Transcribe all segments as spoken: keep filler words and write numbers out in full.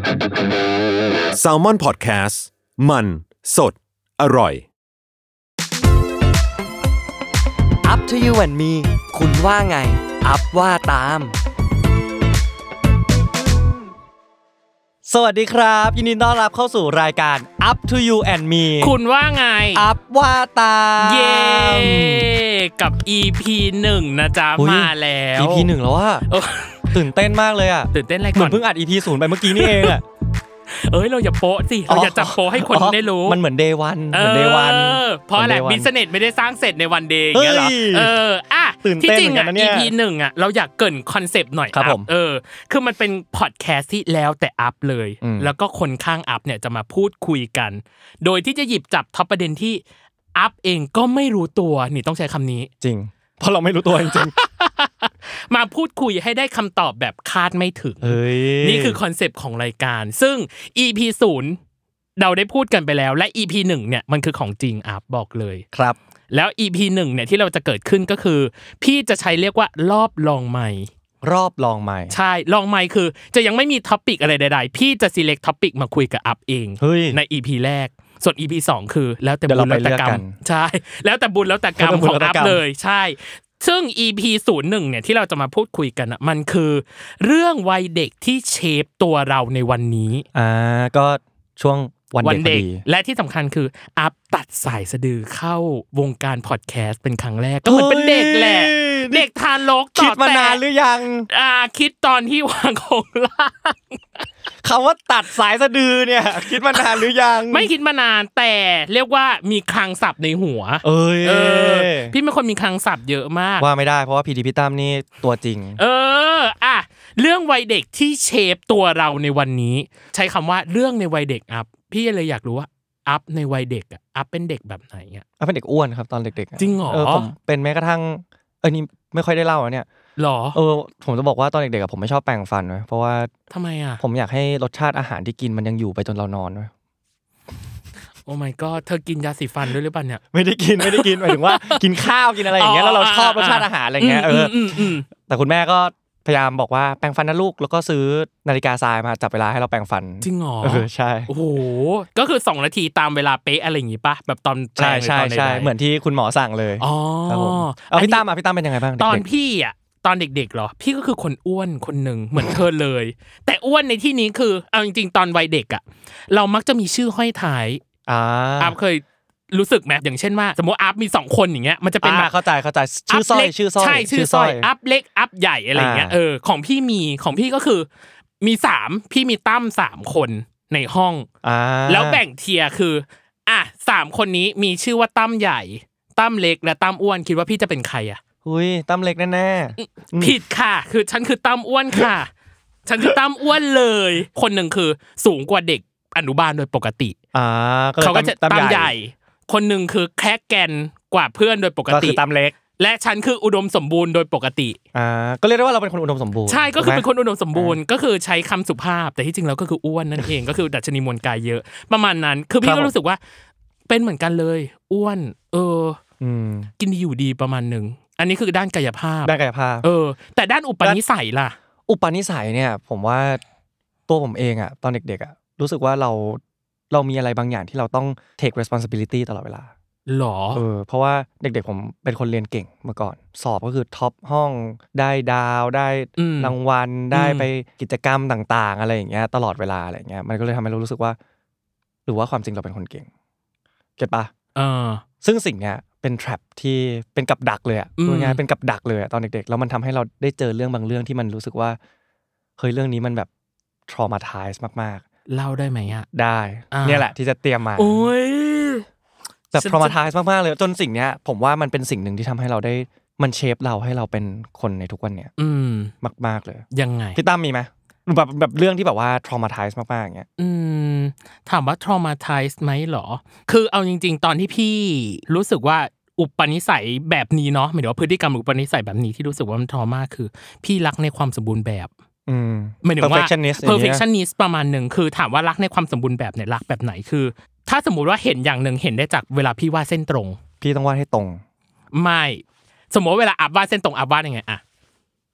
Salmon Podcast มันสดอร่อย Up to you and me คุณว่าไง อัพว่าตามสวัสดีครับยินดีต้อนรับเข้าสู่รายการ Up to you and me คุณว่าไงอัพว่าตามเย้กับ อี พี หนึ่งนะจ๊ะมาแล้วอี พี หนึ่งแล้วว่าตื่นเต้นมากเลยอ่ะตื่นเต้นอะไรก่อนเหมือนเพิ่งอัด อี พี ศูนย์ไปเมื่อกี้นี่เองอ่ะเอ้ยเราอย่าโป๊ะสิเราอย่าจับโป๊ะให้คนได้รู้มันเหมือน day วันเหมือน day วันเพราะอะไร business ไม่ได้สร้างเสร็จในวัน day อย่างเงี้ยเหรอเอออ่ะที่จริงอ่ะ อี พี หนึ่งอ่ะเราอยากเกริ่นคอนเซปต์หน่อยครับเออคือมันเป็นพอดแคสต์ที่แล้วแต่อัพเลยแล้วก็คนข้างอัพเนี่ยจะมาพูดคุยกันโดยที่จะหยิบจับท็อปประเด็นที่อัพเองก็ไม่รู้ตัวนี่ต้องใช้คำนี้จริงเพราะเราไม่รู้ตัวจริงๆมาพูดคุยให้ได้คำตอบแบบคาดไม่ถึงนี่คือคอนเซปต์ของรายการซึ่ง อี พี ศูนย์เราได้พูดกันไปแล้วและ อี พี หนึ่งเนี่ยมันคือของจริงอัพบอกเลยครับแล้ว อี พี หนึ่งเนี่ยที่เราจะเกิดขึ้นก็คือพี่จะใช้เรียกว่ารอบลองใหม่รอบลองใหม่ใช่ลองใหม่คือจะยังไม่มีท็อปิกอะไรใดๆพี่จะ select topic มาคุยกับอัพเองใน อี พี แรกส่วน อี พี สองคือแล้วแต่บุญแล้วแต่กรรมใช่แล้วแต่บุญแล้วแต่กรรมของอัพเลยใช่ซึ่ง อี พี ศูนย์หนึ่งเนี่ยที่เราจะมาพูดคุยกันอ่ะมันคือเรื่องวัยเด็กที่เชฟตัวเราในวันนี้อ่าก็ช่วงวันเด็กและที่สำคัญคืออัพตัดสายสะดือเข้าวงการพอดแคสต์เป็นครั้งแรกก็เหมือนเป็นเด็กแหละเด็กทารกต่อแต่คิดมานานหรือยังอ่าคิดตอนที่วางโครงร่างคำว่าตัดสายสะดือเนี่ยคิดมานานหรือยังไม่คิดมานานแต่เรียกว่ามีคลังศัพท์ในหัวเอ้ยเออพี่เป็นคนมีคลังศัพท์เยอะมากว่าไม่ได้เพราะว่าพีดีพี่ตั้มนี่ตัวจริงเอออ่ะเรื่องวัยเด็กที่เชฟตัวเราในวันนี้ใช้คำว่าเรื่องในวัยเด็กอัพพี่เลยอยากรู้ว่าอัพในวัยเด็กอ่ะอัพเป็นเด็กแบบไหนอ่ะอัพเป็นเด็กอ้วนครับตอนเด็กๆจริงเหรอเออผมเป็นแม้กระทั่งเออนี่ไม่ค่อยได้เล่าอ่ะเนี่ยหรอเออผมจะบอกว่าตอนเด็กๆอ่ะผมไม่ชอบแปรงฟันเว้ยเพราะว่าทำไมอ่ะผมอยากให้รสชาติอาหารที่กินมันยังอยู่ไปจนเรานอนเว้ยโอ้ my god เธอกินยาสีฟันด้วยหรือเปล่าเนี่ยไม่ได้กินไม่ได้กินหมายถึงว่ากินข้าวกินอะไรอย่างเงี้ยแล้วเราชอบรสชาติอาหารอะไรเงี้ยเออแต่คุณแม่ก็พยายามบอกว่าแปรงฟันนะลูกแล้วก็ซื้อนาฬิกาทรายมาจับเวลาให้เราแปรงฟันจริงเหรอเออใช่โอ้โหก็คือสองนาทีตามเวลาเป๊ะอะไรอย่างงี้ป่ะแบบตอนใช่ใช่ใช่เหมือนที่คุณหมอสั่งเลยอ๋อครับผมเอาพี่ตั้มอ่ะพี่ตั้มเป็นยังไงบ้างตอนพี่อ่ะตอนเด็กๆเหรอพี่ก็คือคนอ้วนคนนึงเหมือนเธอเลยแต่อ้วนในที่นี้คือเอาจริงๆตอนวัยเด็กอ่ะเรามักจะมีชื่อห้อยท้ายอ่าอัพเคยรู้สึกมั้ยอย่างเช่นว่าสมมุติอัพมีสองคนอย่างเงี้ยมันจะเป็นแบบเข้าใจเข้าใจชื่อสร้อยชื่อสร้อยใช่ชื่อสร้อยอัพเล็กอัพใหญ่อะไรเงี้ยเออของพี่มีของพี่ก็คือมีสามพี่มีตั้มสามคนในห้องอ่าแล้วแบ่งเทียร์คืออ่ะสามคนนี้มีชื่อว่าตั้มใหญ่ตั้มเล็กและตั้มอ้วนคิดว่าพี่จะเป็นใครอ่ะอุ้ยตั้มเล็กแน่ๆผิดค่ะคือฉันคือตั้มอ้วนค่ะฉันคือตั้มอ้วนเลยคนนึงคือสูงกว่าเด็กอนุบาลโดยปกติอ่าเขาก็จะตั้มใหญ่คนนึงคือแค่แกนกว่าเพื่อนโดยปกติก็คือตั้มเล็กและฉันคืออุดมสมบูรณ์โดยปกติอ่าก็เรียกได้ว่าเราเป็นคนอุดมสมบูรณ์ใช่ก็คือเป็นคนอุดมสมบูรณ์ก็คือใช้คำสุภาพแต่ที่จริงแล้วก็คืออ้วนนั่นเองก็คือดัชนีมวลกายเยอะประมาณนั้นคือพี่ก็รู้สึกว่าเป็นเหมือนกันเลยอ้วนเออกินดีอยู่ดีประมาณนึงอันนี้คือด้านกายภาพด้านกายภาพเออแต่ด้านอุปนิสัยล่ะอุปนิสัยเนี่ยผมว่าตัวผมเองอ่ะตอนเด็กๆอ่ะรู้สึกว่าเราเรามีอะไรบางอย่างที่เราต้อง take responsibility ตลอดเวลาหรอเออเพราะว่าเด็กๆผมเป็นคนเรียนเก่งมาก่อนสอบก็คือท็อปห้องได้ดาวได้รางวัลได้ไปกิจกรรมต่างๆอะไรอย่างเงี้ยตลอดเวลาอะไรอย่างเงี้ยมันก็เลยทำให้เรารู้สึกว่าหรือว่าความจริงเราเป็นคนเก่งเก็ทป่ะเออซึ่งสิ่งเนี้ยเป็น trap ที่เป็นกับดักเลยอ่ะพูดง่ายๆเป็นกับดักเลยตอนเด็กๆแล้วมันทำให้เราได้เจอเรื่องบางเรื่องที่มันรู้สึกว่าเฮ้ยเรื่องนี้มันแบบ traumatize มากๆเล่าได้ไหมอ่ะได้เนี่ยแหละที่จะเตรียมมาโอ้ยแบบ traumatize มากๆเลยจนสิ่งเนี้ยผมว่ามันเป็นสิ่งหนึ่งที่ทำให้เราได้มันเชฟเราให้เราเป็นคนในทุกวันเนี้ยมากๆเลยยังไงพี่ตั้มมีไหมแบบแบบเรื่องที่แบบว่า traumatize มากๆอย่างเงี้ยอืมถามว่า traumatize ไหมหรอคือเอาจริงๆตอนที่พี่รู้สึกว่าอุปนิสัยแบบนี้เนาะหมายถึงว่าพฤติกรรมอุปนิสัยแบบนี้ที่รู้สึกว่ามันทรมาคือพี่รักในความสมบูรณ์แบบหมายถึงว่า perfectionist ประมาณนึงคือถามว่ารักในความสมบูรณ์แบบเนี่ยรักแบบไหนคือถ้าสมมุติว่าเห็นอย่างนึงเห็นได้จากเวลาพี่วาดเส้นตรงพี่ต้องวาดให้ตรงไม่สมมติว่าเวลาอัพวาดเส้นตรงอัพวาดยังไงอะ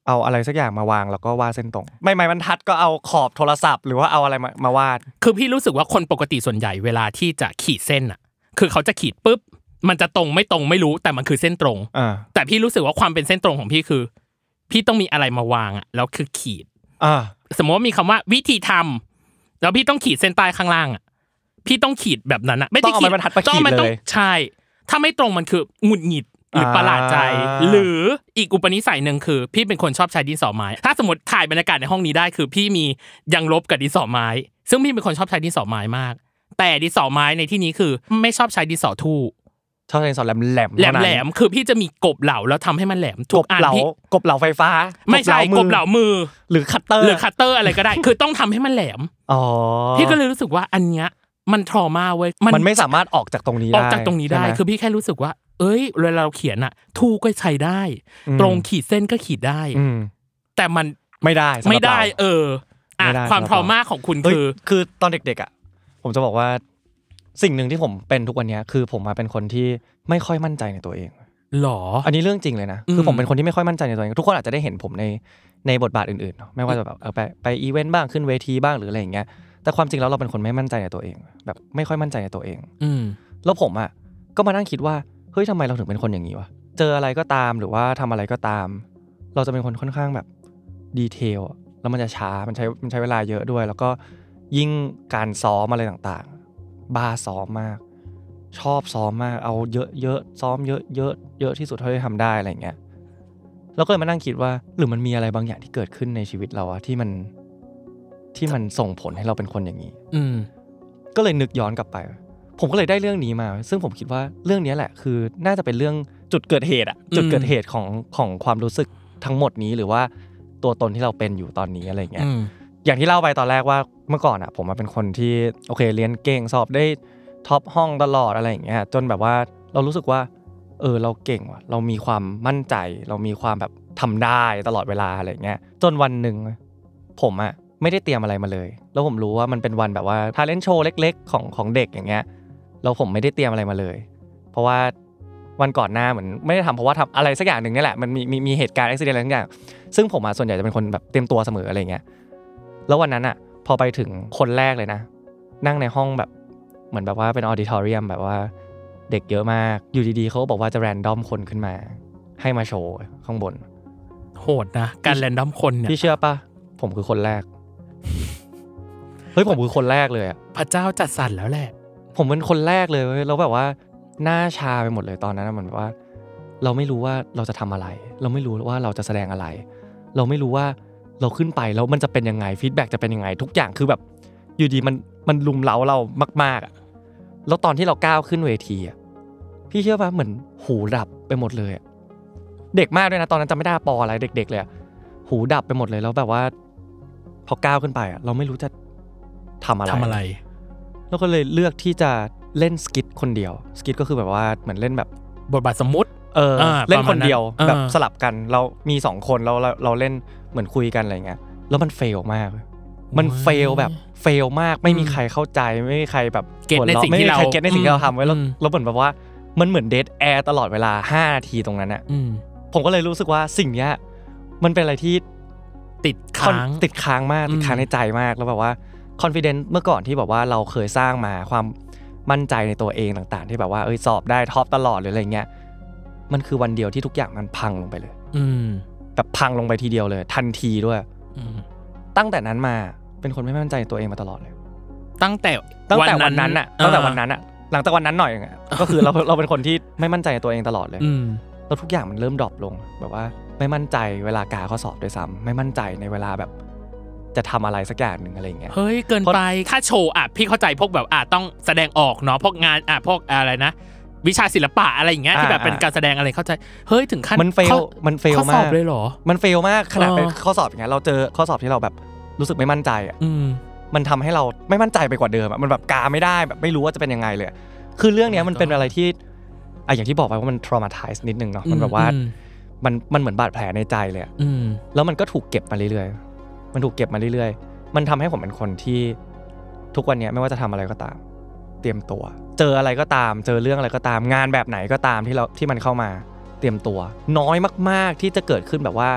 เอาอะไรสักอย่างมาวางแล้วก็วาดเส้นตรงไม่ไม้บรรทัดก็เอาขอบโทรศัพท์หรือว่าเอาอะไรมามาวาดคือพี่รู้สึกว่าคนปกติส่วนใหญ่เวลาที่จะขีดเส้นอ่ะคือเขาจะขีดปุ๊บมันจะตรงไม่ตรงไม่รู้แต่มันคือเส้นตรงแต่พี่รู้สึกว่าความเป็นเส้นตรงของพี่คือพี่ต้องมีอะไรมาวางอ่ะแล้วคือขีดสมมติว่ามีคำว่าวิธีทำแล้วพี่ต้องขีดเส้นใต้ข้างล่างอ่ะพี่ต้องขีดแบบนั้นอ่ะไม่ได้ขีดต้องมันต้องใช่ถ้าไม่ตรงมันคือหงุดหงิดหรือประหลาดใจหรืออีกอุปนิสัยนึงคือพี่เป็นคนชอบใช้ดินสอไม้ถ้าสมมติถ่ายบรรยากาศในห้องนี้ได้คือพี่มียังลบกับดินสอไม้ซึ่งพี่เป็นคนชอบใช้ดินสอไม้มากแต่ดินสอไม้ในที่นี้คือไม่ชอบใช้ดินสอทู่ชอบใช้ดินสอแหลมแหลมแหลมแหลมคือพี่จะมีกบเหลาแล้วทำให้มันแหลมทุกอันพี่กบเหลาไฟฟ้าไม่ใช่กบเหลามือหรือคัตเตอร์หรือคัตเตอร์อะไรก็ได้คือต้องทำให้มันแหลมอ๋อพี่ก็เลยรู้สึกว่าอันเนี้ยมันทรมาเว้ยมันไม่สามารถออกจากตรงนี้ได้ออกจากตรงนี้ได้คือพี่แค่รู้สึกว่าเอ้ยเวลาเราเขียนอ่ะทูก็ใช้ได้ตรงขีดเส้นก็ขีดได้แต่มันไม่ได้ไม่ได้เอออ่ะความทรมาของคุณคือคือตอนเด็กๆอ่ะผมจะบอกว่าสิ่งหนึ่งที่ผมเป็นทุกวันนี้คือผมมาเป็นคนที่ไม่ค่อยมั่นใจในตัวเองหรออันนี้เรื่องจริงเลยนะคือผมเป็นคนที่ไม่ค่อยมั่นใจในตัวเองทุกคนอาจจะได้เห็นผมในในบทบาทอื่นๆเนาะไม่ว่าจะแบบเออไปไปอีเวนต์บ้างขึ้นเวทีบ้างหรืออะไรอย่างเงี้ยแต่ความจริงแล้วเราเป็นคนไม่มั่นใจในตัวเองแบบไม่ค่อยมั่นใจในตัวเองแล้วผมอ่ะก็มานั่งคิดว่าเฮ้ยทำไมเราถึงเป็นคนอย่างนี้วะเจออะไรก็ตามหรือว่าทำอะไรก็ตามเราจะเป็นคนค่อนข้างแบบดีเทลแล้วมันจะช้ามันใช้มันใช้เวลาเยอะด้วยแล้วก็ยิ่งการซ้อมอะไรต่างๆบ้าซ้อมมากชอบซ้อมมากเอาเยอะๆซ้อมเยอะๆเยอะที่สุดเท่าที่ทำได้อะไรอย่างเงี้ยแล้วก็เลยมานั่งคิดว่าหรือมันมีอะไรบางอย่างที่เกิดขึ้นในชีวิตเราอะที่มันที่มันส่งผลให้เราเป็นคนอย่างนี้อืมก็เลยนึกย้อนกลับไปผมก็เลยได้เรื่องนี้มาซึ่งผมคิดว่าเรื่องนี้แหละคือน่าจะเป็นเรื่องจุดเกิดเหตุอะจุดเกิดเหตุของของความรู้สึกทั้งหมดนี้หรือว่าตัวตนที่เราเป็นอยู่ตอนนี้อะไรเงี้ยอย่างที่เล่าไปตอนแรกว่าเมื่อก่อนอะผมมาเป็นคนที่โอเคเรียนเก่งสอบได้ท็อปห้องตลอดอะไรอย่างเงี้ยจนแบบว่าเรารู้สึกว่าเออเราเก่งว่ะเรามีความมั่นใจเรามีความแบบทำได้ตลอดเวลาอะไรเงี้ยจนวันนึงผมอะไม่ได้เตรียมอะไรมาเลยแล้วผมรู้ว่ามันเป็นวันแบบว่าทาเลนต์โชว์เล็กๆของของเด็กอย่างเงี้ยแล้วผมไม่ได้เตรียมอะไรมาเลยเพราะว่าวันก่อนหน้าเหมือนไม่ได้ทำเพราะว่าทำอะไรสักอย่างนึงนี่แหละมันมีมีมีเหตุการณ์อุบิเหตุอะไรสักอย่างซึ่งผมอ่ะส่วนใหญ่จะเป็นคนแบบเตรียมตัวเสมออะไรเงี้ยแล้ววันนั้นอ่ะพอไปถึงคนแรกเลยนะนั่งในห้องแบบเหมือนแบบว่าเป็นออดิทอเรียมแบบว่าเด็กเยอะมากอยู่ดีๆเขาบอกว่าจะแรนดอมคนขึ้นมาให้มาโชว์ข้างบนโหดนะการแรนดอมคนเนี่ยพี่เชื่อป่ะผมคือคนแรกเฮ้ยผมคือคนแรกเลยอ่ะพระเจ้าจัดสรรแล้วแหละผมเป็นคนแรกเลยแล้วแบบว่าหน้าชาไปหมดเลยตอนนั้นเหมือนว่าเราไม่รู้ว่าเราจะทำอะไรเราไม่รู้ว่าเราจะแสดงอะไรเราไม่รู้ว่าเราขึ้นไปแล้วมันจะเป็นยังไงฟีดแบ็กจะเป็นยังไงทุกอย่างคือแบบอยู่ดีมันมันลุมเล้าเรามากๆอ่ะแล้วตอนที่เราก้าวขึ้นเวทีอ่ะพี่เชื่อป่ะเหมือนหูดับไปหมดเลยเด็กมากด้วยนะตอนนั้นจำไม่ได้ปออะไรเด็กๆเลยหูดับไปหมดเลยแล้วแบบว่าพอก้าวขึ้นไปอ่ะเราไม่รู้จะทำอะไรทำอะไรแล้วก็เลยเลือกที่จะเล่นสกิทคนเดียวสกิทก็คือแบบว่าเหมือนเล่นแบบบทบาทสมมุติเออเล่นคนเดียวแบบสลับกันเรามีสองคนเราเราเล่นเหมือนคุยกันอะไรเงี้ยแล้วมันเฟลมากมันเฟลแบบเฟลมากไม่มีใครเข้าใจไม่มีใครแบบเก็ตในสิ่งที่เราเก็ตในสิ่งที่เราทำไว้แล้วแล้วเหมือนแบบว่ามันเหมือนเดดแอร์ตลอดเวลาห้านาทีตรงนั้นอ่ะผมก็เลยรู้สึกว่าสิ่งเนี้ยมันเป็นอะไรที่ติดค้างติดค้างมากติดค้างในใจมากแล้วแบบว่าconfidence เมื่อก่อนที่แบบว่าเราเคยสร้างมาความมั่นใจในตัวเองต่างๆที่แบบว่าเอ้ยสอบได้ท็อปตลอดหรืออะไรเงี้ยมันคือวันเดียวที่ทุกอย่างมันพังลงไปเลยอืมแบบพังลงไปทีเดียวเลยทันทีด้วยอืมตั้งแต่นั้นมาเป็นคนไม่มั่นใจในตัวเองมาตลอดเลยตั้งแต่ตั้งแต่วันนั้นน่ะตั้งแต่วันนั้นน่ะหลังจากวันนั้นหน่อยก็คือเราเราเป็นคนที่ไม่มั่นใจในตัวเองตลอดเลยแล้วทุกอย่างมันเริ่มดรอปลงแบบว่าไม่มั่นใจเวลากาข้อสอบด้วยซ้ำไม่มั่นใจในเวลาแบบจะทำอะไรสักอย่างนึงอะไรเงี้ยเฮ้ยเกินไปถ้าโชว์อ่ะพี่เข้าใจพวกแบบอ่ะต้องแสดงออกเนาะพวกงานอ่ะพวกอะไรนะวิชาศิลปะอะไรอย่างเงี้ยที่แบบเป็นการแสดงอะไรเข้าใจเฮ้ยถึงขั้นมันเฟลมันเฟลมากข้อสอบเลยเหรอมันเฟลมากขนาดเป็นข้อสอบอย่างเงี้ยเราเจอข้อสอบที่เราแบบรู้สึกไม่มั่นใจอ่ะมันทำให้เราไม่มั่นใจไปกว่าเดิมอ่ะมันแบบกาไม่ได้แบบไม่รู้ว่าจะเป็นยังไงเลยคือเรื่องนี้มันเป็นอะไรที่อ่ะอย่างที่บอกไปว่ามัน traumatize นิดนึงเนาะมันแบบว่ามันมันเหมือนบาดแผลในใจเลยอ่ะแล้วมันก็ถูกเก็บมาเรื่อยๆมันถูกเก็บมาเรื่อยๆมันทำให้ผมเป็นคนที่ทุกวันนี้ไม่ว่าจะทำอะไรก็ตามเตรียมตัวเจออะไรก็ตามเจอเรื่องอะไรก็ตามงานแบบไหนก็ตามที่เราที่มันเข้ามาเตรียมตัวน้อยมากๆที่จะเกิดขึ้นแบบว่า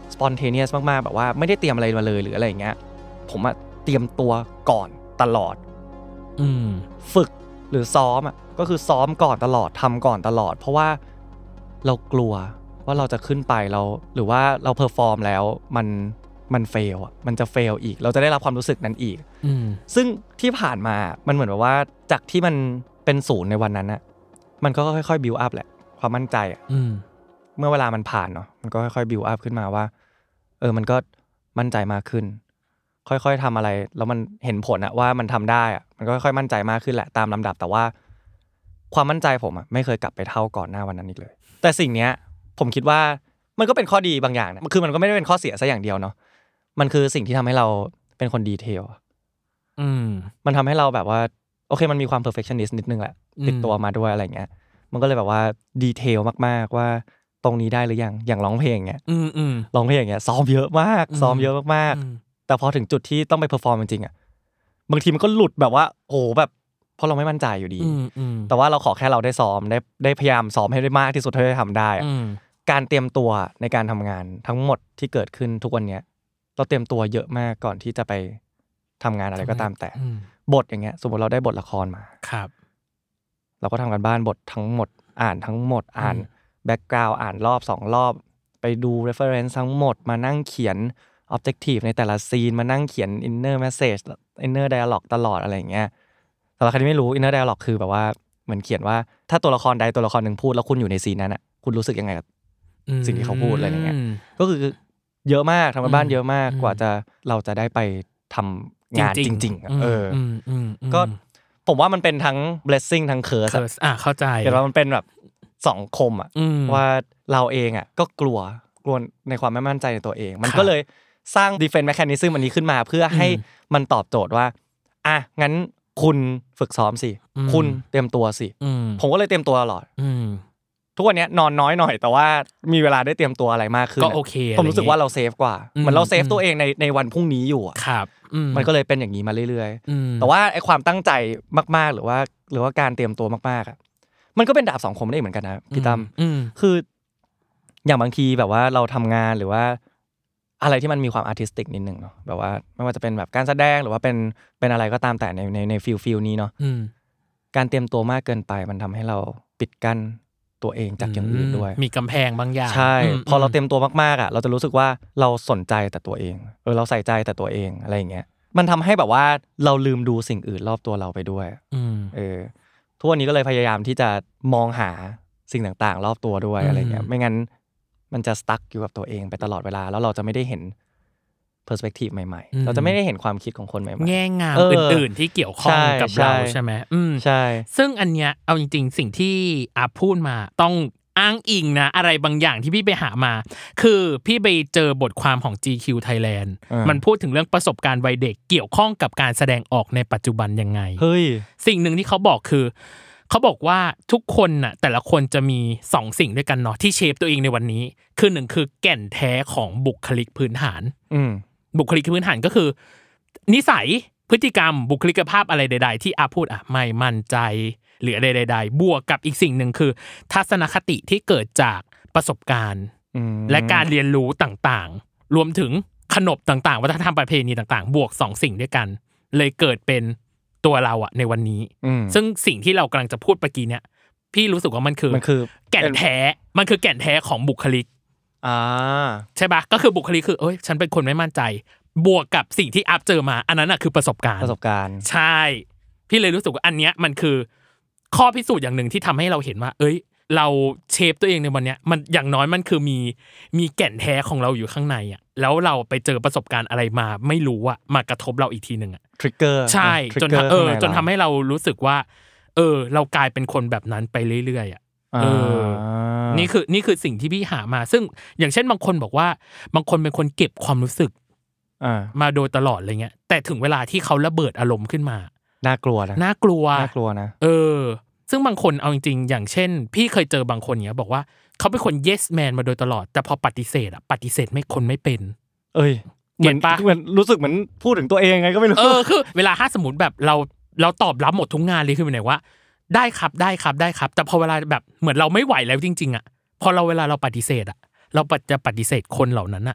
spontaneous มากๆแบบว่าไม่ได้เตรียมอะไรมาเลยหรืออะไรอย่างเงี้ยผมอะเตรียมตัวก่อนตลอดอืมฝึกหรือซ้อมอ่ะก็คือซ้อมก่อนตลอดทำก่อนตลอดเพราะว่าเรากลัวว่าเราจะขึ้นไปเราหรือว่าเราเพอร์ฟอร์มแล้วมันมันเฟลอ่ะมันจะเฟลอีกเราจะได้รับความรู้สึกนั้นอีกซึ่งที่ผ่านมามันเหมือนแบบว่าจากที่มันเป็นศูนย์ในวันนั้นอ่ะมันก็ค่อยๆบิวอัพแหละความมั่นใจอ่ะเมื่อเวลามันผ่านเนาะมันก็ค่อยๆบิวอัพขึ้นมาว่าเออมันก็มั่นใจมากขึ้นค่อยๆทำอะไรแล้วมันเห็นผลอะว่ามันทำได้อะมันก็ค่อยๆมั่นใจมากขึ้นแหละตามลำดับแต่ว่าความมั่นใจผมอะไม่เคยกลับไปเท่าก่อนหน้าวันนั้นอีกเลยแต่สิ่งเนี้ยผมคิดว่ามันก็เป็นข้อดีบางอย่างนะคือมันก็ไม่ได้เป็นข้อเสียซะอย่างเดียวเนาะมันคือสิ่งที่ทำให้เราเป็นคนดีเทลอืมมันทำให้เราแบบว่าโอเคมันมีความ perfectionist นิดนึงแหละติดตัวมาด้วยอะไรเงี้ยมันก็เลยแบบว่าดีเทลมากๆว่าตรงนี้ได้หรือยังอย่างร้องเพลงเงี้ยอืมๆร้องเพลงอย่างเงี้ยซ้อมเยอะมากซ้อมเยอะมากๆแต่พอถึงจุดที่ต้องไปเพอร์ฟอร์มจริงๆอ่ะบางทีมันก็หลุดแบบว่าโอ้แบบเพราะเราไม่มั่นใจอยู่ดีแต่ว่าเราขอแค่เราได้ซ้อมได้ได้พยายามซ้อมให้ได้มากที่สุดเท่าที่ทำได้การเตรียมตัวในการทำงานทั้งหมดที่เกิดขึ้นทุกวันนี้เราเตรียมตัวเยอะมากก่อนที่จะไปทำงานอะไรก็ตามแต่บทอย่างเงี้ยสมมติเราได้บทละครมาครับเราก็ทำกันบ้านบททั้งหมดอ่านทั้งหมดอ่านแบ็คกราวด์อ่านรอบสองรอบไปดู reference ทั้งหมดมานั่งเขียน objective ในแต่ละซีนมานั่งเขียน inner message inner dialogue ตลอดอะไรอย่างเงี้ยสำหรับใครที่ไม่รู้ inner dialogue คือแบบว่าเหมือนเขียนว่าถ้าตัวละครใดตัวละครหนึ่งพูดแล้วคุณอยู่ในซีนนั้นอ่ะคุณรู้สึกยังไงกับสิ่งที่เขาพูดอะไรอย่างเงี้ยก็คือเยอะมากทำกันบ้านเยอะมากกว่าจะเราจะได้ไปทำงานจริงๆเออก็ผมว่ามันเป็นทั้ง blessing ทั้ง curse อ่ะเข้าใจแต่ว่ามันเป็นแบบสองคมอ่ะว่าเราเองอ่ะก็กลัวกลัวในความไม่มั่นใจในตัวเองมันก็เลยสร้าง defense mechanism อันนี้ขึ้นมาเพื่อให้มันตอบโจทย์ว่าอ่ะงั้นคุณฝึกซ้อมสิคุณเตรียมตัวสิผมก็เลยเตรียมตัวตลอดทุกวันนี้นอนน้อยหน่อยแต่ว่ามีเวลาได้เตรียมตัวอะไรมากขึ้นก็โอเคผมรู้สึกว่าเราเซฟกว่าเหมือนเราเซฟตัวเองในในวันพรุ่งนี้อยู่อ่ะครับมันก็เลยเป็นอย่างนี้มาเรื่อยๆแต่ว่าไอ้ความตั้งใจมากๆหรือว่าหรือว่าการเตรียมตัวมากๆอ่ะมันก็เป็นดาบสองคมได้เหมือนกันนะพี่ตั้มคืออย่างบางทีแบบว่าเราทำงานหรือว่าอะไรที่มันมีความอาร์ติสติกนิดนึงเนาะแบบว่าไม่ว่าจะเป็นแบบการแสดงหรือว่าเป็นเป็นอะไรก็ตามแต่ในในในฟิลฟิลนี้เนาะการเตรียมตัวมากเกินไปมันทำให้เราปิดกั้นตัวเองจากอย่างอื่นด้วยมีกำแพงบางอย่างใช่พอเราเตรียมตัวมากๆอ่ะเราจะรู้สึกว่าเราสนใจแต่ตัวเองเออเราใส่ใจแต่ตัวเองอะไรอย่างเงี้ยมันทำให้แบบว่าเราลืมดูสิ่งอื่นรอบตัวเราไปด้วยเออทุกวันนี้ก็เลยพยายามที่จะมองหาสิ่งต่างๆรอบตัวด้วยอะไรเงี้ยไม่งั้นมันจะสตั๊กอยู่กับตัวเองไปตลอดเวลาแล้วเราจะไม่ได้เห็นเพอร์สเปคทีฟใหม่ๆเราจะไม่ได้เห็นความคิดของคนใหม่ๆแง่งามอื่นๆที่เกี่ยวข้องกับเราใช่ไหมอืมใช่ซึ่งอันเนี้ยเอาจริงๆสิ่งที่อาพูดมาต้องอ้างอิงนะอะไรบางอย่างที่พี่ไปหามาคือพี่ไปเจอบทความของ จี คิว Thailand มันพูดถึงเรื่องประสบการณ์วัยเด็กเกี่ยวข้องกับการแสดงออกในปัจจุบันยังไงเฮ้ยสิ่งหนึ่งที่เขาบอกคือเขาบอกว่าทุกคนน่ะแต่ละคนจะมีสองสิ่งด้วยกันเนาะที่เชฟตัวเองในวันนี้คือหนึ่งคือแก่นแท้ของบุคลิกพื้นฐานบุคลิกพื้นฐานก็คือนิสัยพฤติกรรมบุคลิกภาพอะไรใดๆที่อาพูดอ่ะไม่มั่นใจหรืออะไรใดๆบวกกับอีกสิ่งหนึ่งคือทัศนคติที่เกิดจากประสบการณ์และการเรียนรู้ต่างๆรวมถึงขนบต่างๆวัฒนธรรมประเพณีต่างๆบวกสองสิ่งด้วยกันเลยเกิดเป็นตัวเราอะในวันนี้ซึ่งสิ่งที่เรากำลังจะพูดเมื่อกี้เนี่ยพี่รู้สึกว่ามันคือมันคือแก่นแท้มันคือแก่นแท้ของบุคลิกอ่าใช่ปะก็คือบุคลิกคือเอ้ยฉันเป็นคนไม่มั่นใจบวกกับสิ่งที่อัพเจอมาอันนั้นน่ะคือประสบการณ์ประสบการณ์ใช่พี่เลยรู้สึกว่าอันเนี้ยมันคือข้อพิสูจน์อย่างหนึ่งที่ทำให้เราเห็นว่าเอ้ยเราเชฟตัวเองในวันเนี้ยมันอย่างน้อยมันคือมีมีแก่นแท้ของเราอยู่ข้างในอ่ะแล้วเราไปเจอประสบการณ์อะไรมาไม่รู้อ่ะมากระทบเราอีกทีนึงอ่ะทริกเกอร์ใช่จนเออจนทำให้เรารู้สึกว่าเออเรากลายเป็นคนแบบนั้นไปเรื่อยๆอ่ะเออนี่คือนี่คือสิ่งที่พี่หามาซึ่งอย่างเช่นบางคนบอกว่าบางคนเป็นคนเก็บความรู้สึกมาโดยตลอดอะไรเงี้ยแต่ถึงเวลาที่เขาระเบิดอารมณ์ขึ้นมาน่ากลัวนะน่ากลัวน่ากลัวนะเออซึ่งบางคนเอาจริงๆอย่างเช่นพี่เคยเจอบางคนเนี้ยบอกว่าเขาเป็นคน yes man มาโดยตลอดแต่พอปฏิเสธอ่ะปฏิเสธไม่คนไม่เป็นเอ้ยเหมือนเหมือนรู้สึกเหมือนพูดถึงตัวเองไงก็ไม่รู้เออคือเวลาถ้าสมมุติแบบเราเราตอบรับหมดทุกงานเลยคือหมายว่าได้ครับได้ครับได้ครับแต่พอเวลาแบบเหมือนเราไม่ไหวแล้วจริงๆอ่ะพอเราเวลาเราปฏิเสธอ่ะเราจะปฏิเสธคนเหล่านั้นอ่ะ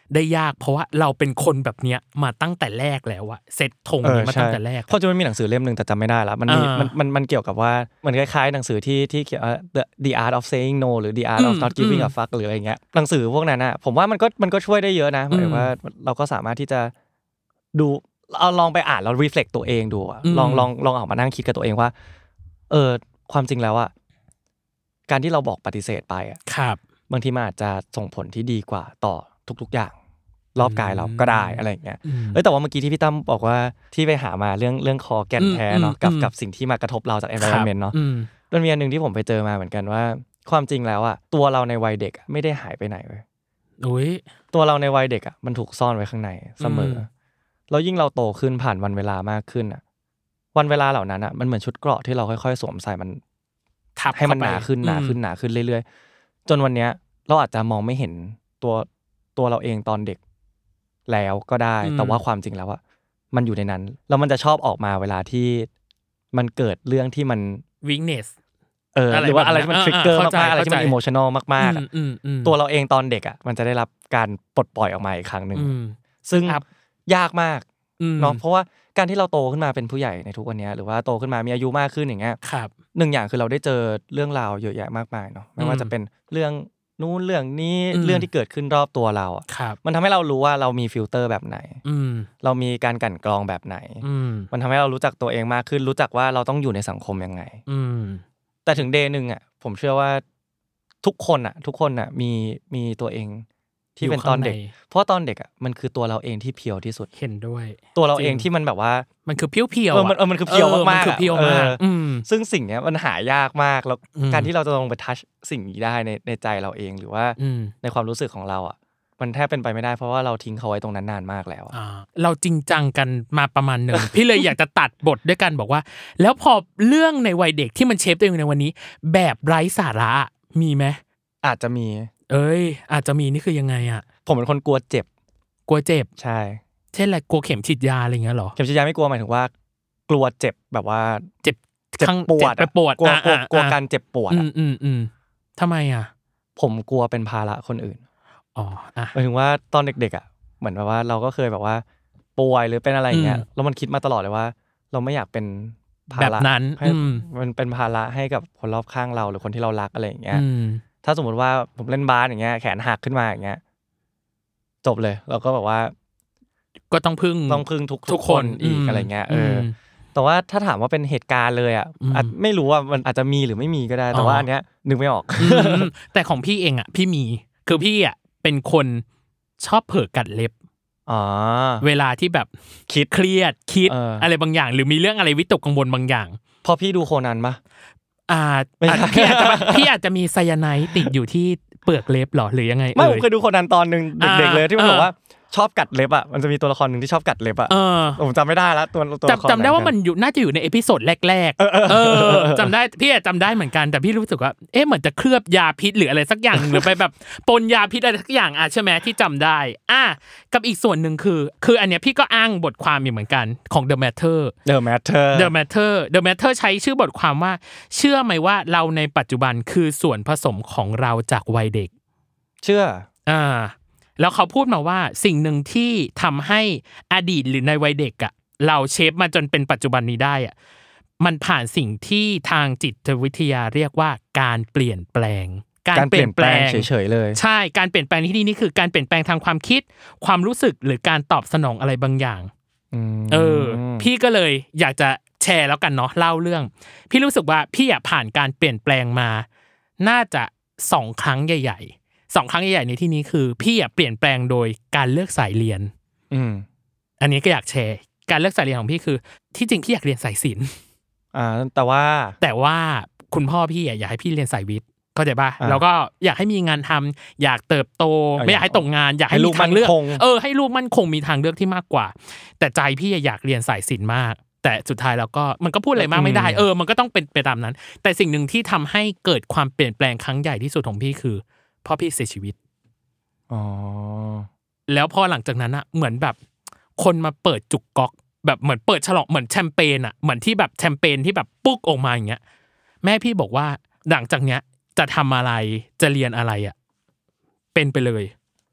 ได้ยากเพราะว่าเราเป็นคนแบบเนี้ยมาตั้งแต่แรกแล้วอะเซตธงนี้มาตั้งแต่แรกเพราะจะมันมีหนังสือเล่มนึงแต่จำไม่ได้แล้วมันมีมันมันมันเกี่ยวกับว่ามันคล้ายๆหนังสือที่ที่เขียน The Art of Saying No หรือ The Art of Not Giving a Fuck หรืออะไรเงี้ยหนังสือพวกนั้นน่ะผมว่ามันก็มันก็ช่วยได้เยอะนะหมายว่าเราก็สามารถที่จะดูเอาลองไปอ่านแล้ว reflect ตัวเองดูลองลองลองออกมานั่งคิดกับตัวเองว่าเออความจริงแล้วอ่ะการที่เราบอกปฏิเสธไปอ่ะครับบางทีมันอาจจะส่งผลที่ดีกว่าต่อทุกๆอย่างรอบกายเราก็ได้อะไรอย่างเงี้ยเอ้ยแต่ว่าเมื่อกี้ที่พี่ตั้มบอกว่าที่ไปหามาเรื่องเรื่องคอแก่นแท้เนาะกับกับสิ่งที่มากระทบเราจาก environment เนาะมันมีอันนึงที่ผมไปเจอมาเหมือนกันว่าความจริงแล้วอ่ะตัวเราในวัยเด็กไม่ได้หายไปไหนเว้ยอุ๊ยตัวเราในวัยเด็กอ่ะมันถูกซ่อนไว้ข้างในเสมอแล้วยิ่งเราโตขึ้นผ่านวันเวลามากขึ้นอ่ะวันเวลาเหล่านั้นอ่ะมันเหมือนชุดเกราะที่เราค่อยๆสวมใส่มันทับให้มันหนาขึ้นหนาขึ้นหนาขึ้นเรื่อยๆจนวันเนี้ยเราอาจจะมองไม่เห็นตัวตัวเราเองตอนเด็กแล้วก็ได้แต่ว่าความจริงแล้วอ่ะมันอยู่ในนั้นแล้วมันจะชอบออกมาเวลาที่มันเกิดเรื่องที่มัน weakness เออหรือว่าอะไรที่มันทริกเกอร์มากๆอะไรที่มันอิโมชันนอลมากๆตัวเราเองตอนเด็กอ่ะมันจะได้รับการปลดปล่อยออกมาอีกครั้งนึงซึ่งยากมากเนาะเพราะว่าการที่เราโตขึ้นมาเป็นผู้ใหญ่ในทุกวันนี้หรือว่าโตขึ้นมามีอายุมากขึ้นอย่างเงี้ยหนึ่งอย่างคือเราได้เจอเรื่องราวเยอะแยะมากมายเนาะไม่ว่าจะเป็นเรื่องนู้นเรื่องนี้เรื่องที่เกิดขึ้นรอบตัวเราอ่ะมันทำให้เรารู้ว่าเรามีฟิลเตอร์แบบไหนเรามีการกลั่นกรองแบบไหนมันทำให้เรารู้จักตัวเองมากขึ้นรู้จักว่าเราต้องอยู่ในสังคมยังไงแต่ถึงเดย์นึงอ่ะผมเชื่อว่าทุกคนอ่ะทุกคนอ่ะมีมีตัวเองที่เป็นตอนเด็กเพราะตอนเด็กอ่ะมันคือตัวเราเองที่เพียวที่สุดเห็นด้วยตัวเราเองที่มันแบบว่ามันคือเพียวๆเออมันเออมันคือเพียวมากๆมันคือเพียวมากซึ่งสิ่งเนี้ยมันหายากมากแล้วการที่เราจะลงไปทัชสิ่งนี้ได้ในในใจเราเองหรือว่าในความรู้สึกของเราอ่ะมันแทบเป็นไปไม่ได้เพราะว่าเราทิ้งเขาไว้ตรงนั้นนานมากแล้วอ่าเราจริงจังกันมาประมาณนึง พี่เลยอยากจะตัดบทด้วยกันบอกว่าแล้วพอเรื่องในวัยเด็กที่มันเชฟตัวเองในวันนี้แบบไร้สาระมีมั้ยอาจจะมีเอ้ยอาจจะมีนี่คือยังไงอ่ะผมเป็นคนกลัวเจ็บกลัวเจ็บใช่เช่นอะไรกลัวเข็มฉีดยาอะไรเงี้ยหรอเข็มฉีดยาไม่กลัวหมายถึงว่ากลัวเจ็บแบบว่าเจ็บเจ็บปวดปวดกลัวกลัวการเจ็บปวดอ่ะอืมๆๆทำไมอ่ะผมกลัวเป็นภาระคนอื่นอ๋ออ่ะหมายถึงว่าตอนเด็กๆอ่ะเหมือนแบบว่าเราก็เคยแบบว่าป่วยหรือเป็นอะไรอย่างเงี้ยแล้วมันคิดมาตลอดเลยว่าเราไม่อยากเป็นภาระให้มันเป็นภาระให้กับคนรอบข้างเราหรือคนที่เรารักอะไรอย่างเงี้ยถ้าสมมติว่าผมเล่นบาสอย่างเงี้ยแขนหักขึ้นมาอย่างเงี้ยจบเลยเราก็แบบว่าก็ต้องพึ่งต้องพึ่งทุกทุกคนอีกอะไรเงี้ยเออแต่ว่าถ้าถามว่าเป็นเหตุการณ์เลยอ่ะอาจไม่รู้ว่ามันอาจจะมีหรือไม่มีก็ได้แต่ว่าอันเนี้ยนึกไม่ออกแต่ของพี่เองอ่ะพี่มีคือพี่อ่ะเป็นคนชอบเผลอกัดเล็บอ๋อเวลาที่แบบคิดเครียดคิดอะไรบางอย่างหรือมีเรื่องอะไรวิตกกังวลบางอย่างพอพี่ดูโคนันปะอ่าพี่อาจจะพี่อาจจะมีไซยาไนด์ติดอยู่ที่เปลือกเล็บหรอหรือยังไงไม่ผมเคยดูโคนันตอนนึงเด็กๆเลยที่มันบอกว่าชอบกัดเล็บอ่ะมันจะมีตัวละครนึงที่ชอบกัดเล็บอ่ะผมจำไม่ได้แล้วตัวตัวละครจำได้ว่ามันอยู่น่าจะอยู่ในเอพิโซดแรกๆเออจำได้พี่จำได้เหมือนกันแต่พี่รู้สึกว่าเอ๊ะเหมือนจะเคลือบยาพิษหรืออะไรสักอย่างหรือไปแบบปนยาพิษอะไรสักอย่างอ่ะใช่ไหมที่จำได้อ่ะกับอีกส่วนหนึ่งคือคืออันเนี้ยพี่ก็อ้างบทความอยู่เหมือนกันของ The Matter The Matter The Matter The Matter ใช้ชื่อบทความว่าเชื่อไหมว่าเราในปัจจุบันคือส่วนผสมของเราจากวัยเด็กเชื่ออ่าแล้วเขาพูดมาว่าสิ่งหนึ่งที่ทำให้อดีตหรือในวัยเด็กอ่ะเราเชฟมาจนเป็นปัจจุบันนี้ได้อ่ะมันผ่านสิ่งที่ทางจิตวิทยาเรียกว่าการเปลี่ยนแปลงการเปลี่ยนแปลงเฉยๆเลยใช่การเปลี่ยนแปลงที่นี่นี่คือการเปลี่ยนแปลงทางความคิดความรู้สึกหรือการตอบสนองอะไรบางอย่างเออพี่ก็เลยอยากจะแชร์แล้วกันเนาะเล่าเรื่องพี่รู้สึกว่าพี่อ่ะผ่านการเปลี่ยนแปลงมาน่าจะสองครั้งใหญ่ๆสองครั้งใหญ่ๆในที่นี้คือพี่อ่ะเปลี่ยนแปลงโดยการเลือกสายเรียนอืมอันนี้ก็อยากแชร์การเลือกสายเรียนของพี่คือที่จริงพี่อยากเรียนสายศิลป์อ่าแต่ว่าแต่ว่าคุณพ่อพี่อ่ะอยากให้พี่เรียนสายวิทย์เข้าใจป่ะแล้วก็อยากให้มีงานทำอยากเติบโตไม่อยากให้ตกงานอยากให้มีทางเลือกเออให้ลูกมั่นคงมีทางเลือกที่มากกว่าแต่ใจพี่อยากเรียนสายศิลป์มากแต่สุดท้ายแล้วก็มันก็พูดอะไรมากไม่ได้เออมันก็ต้องเป็นไปตามนั้นแต่สิ่งหนึ่งที่ทำให้เกิดความเปลี่ยนแปลงครั้งใหญ่ที่สุดของพี่คือพ่อพี่เสียชีวิตอ๋อแล้วพอหลังจากนั้นอะเหมือนแบบคนมาเปิดจุกก๊อกแบบเหมือนเปิดฉลองเหมือนแชมเปญอะเหมือนที่แบบแชมเปญที่แบบปุ๊กออกมาอย่างเงี้ยแม่พี่บอกว่าหลังจากเนี้ยจะทำอะไรจะเรียนอะไรอะเป็นไปเลย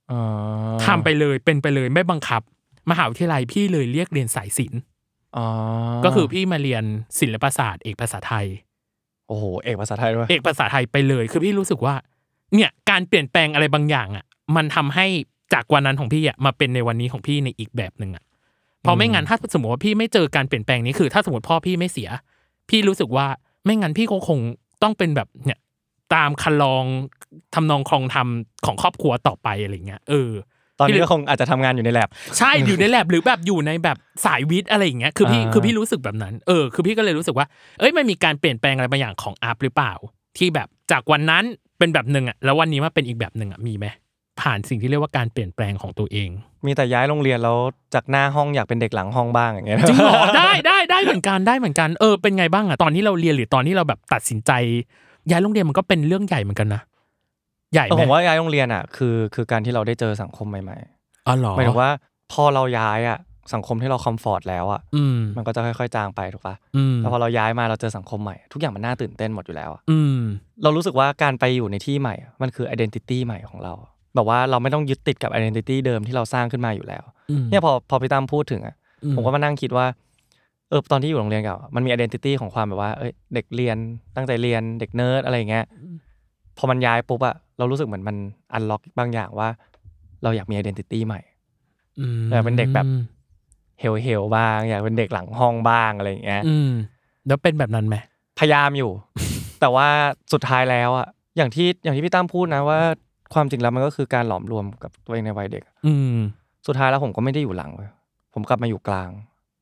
อ๋อทำไปเลยเป็นไปเลยไม่บังคับมหาวิทยาลัยพี่เลยเรียกเรียนสายศิลป์อ๋อก็คือพี่มาเรียนศิลปศาสตร์เอกภาษาไทยโอ้โหเอกภาษาไทยด้วยเอกภาษาไทยไปเลยคือพี่รู้สึกว่าเนี่ยการเปลี่ยนแปลงอะไรบางอย่างอ่ะมันทำให้จากวันนั้นของพี่อ่ะมาเป็นในวันนี้ของพี่ในอีกแบบนึงอ่ะพอไม่งั้นถ้าสมมติว่าพี่ไม่เจอการเปลี่ยนแปลงนี้คือถ้าสมมติพ่อพี่ไม่เสียพี่รู้สึกว่าไม่งั้นพี่ก็คงต้องเป็นแบบเนี่ยตามคันลองทำนองคลองธรรมของครอบครัวต่อไปอะไรเงี้ยเออตอนนี้ก็คงอาจจะทำงานอยู่ในแลบใช่อยู่ในแลบหรือแบบอยู่ในแบบสายวิทย์อะไรอย่างเงี้ยคือพี่คือพี่รู้สึกแบบนั้นเออคือพี่ก็เลยรู้สึกว่าเอ้ยมันมีการเปลี่ยนแปลงอะไรบางอย่างของอาร์ตหรือเปล่าที่แบบจากวันนั้นเป็นแบบนึงอ่ะแล้ววันนี้มาเป็นอีกแบบนึงอ่ะมีไหมผ่านสิ่งที่เรียกว่าการเปลี่ยนแปลงของตัวเองมีแต่ย้ายโรงเรียนแล้วจากหน้าห้องอยากเป็นเด็กหลังห้องบ้างอย่างเงี้ยจริงเหรอได้ได้ได้เหมือนกันได้เหมือนกันเออเป็นไงบ้างอ่ะตอนที่เราเรียนหรือตอนที่เราแบบตัดสินใจย้ายโรงเรียนมันก็เป็นเรื่องใหญ่เหมือนกันนะใหญ่ไหมผมว่าย้ายโรงเรียนอ่ะคือคือการที่เราได้เจอสังคมใหม่อ๋อเหรอๆหมายถึงว่าพอเราย้ายอ่ะสังคมที่เราคอมฟอร์ตแล้วอ่ะมันก็จะค่อยๆจางไปถูกป่ะแล้วพอเราย้ายมาเราเจอสังคมใหม่ทุกอย่างมันน่าตื่นเต้นหมดอยู่แล้วอ่ะเรารู้สึกว่าการไปอยู่ในที่ใหม่มันคือ identity ใหม่ของเราแบบว่าเราไม่ต้องยึดติดกับ identity เดิมที่เราสร้างขึ้นมาอยู่แล้วเนี่ยพอพอพี่ตั้มพูดถึงอ่ะผมก็มานั่งคิดว่าเออตอนที่อยู่โรงเรียนเก่ามันมี identity ของความแบบว่าเอ้ยเด็กเรียนตั้งใจเรียนเด็กเนิร์ดอะไรอย่างเงี้ยพอมันย้ายปุ๊บอ่ะเรารู้สึกเหมือนมันอันล็อกบางอย่างว่าเราอยากมี identity ใหม่อยากเป็นเด็กแบบเฮลเฮลบ้างอยากเป็นเด็กหลังห้องบ้างอะไรอย่างเงี้ยแล้วเป็นแบบนั้นไหมพยายามอยู่ แต่ว่าสุดท้ายแล้วอ่ะอย่างที่อย่างที่พี่ตั้มพูดนะว่าความจริงแล้วมันก็คือการหลอมรวมกับตัวเองในวัยเด็กสุดท้ายแล้วผมก็ไม่ได้อยู่หลังเลยผมกลับมาอยู่กลาง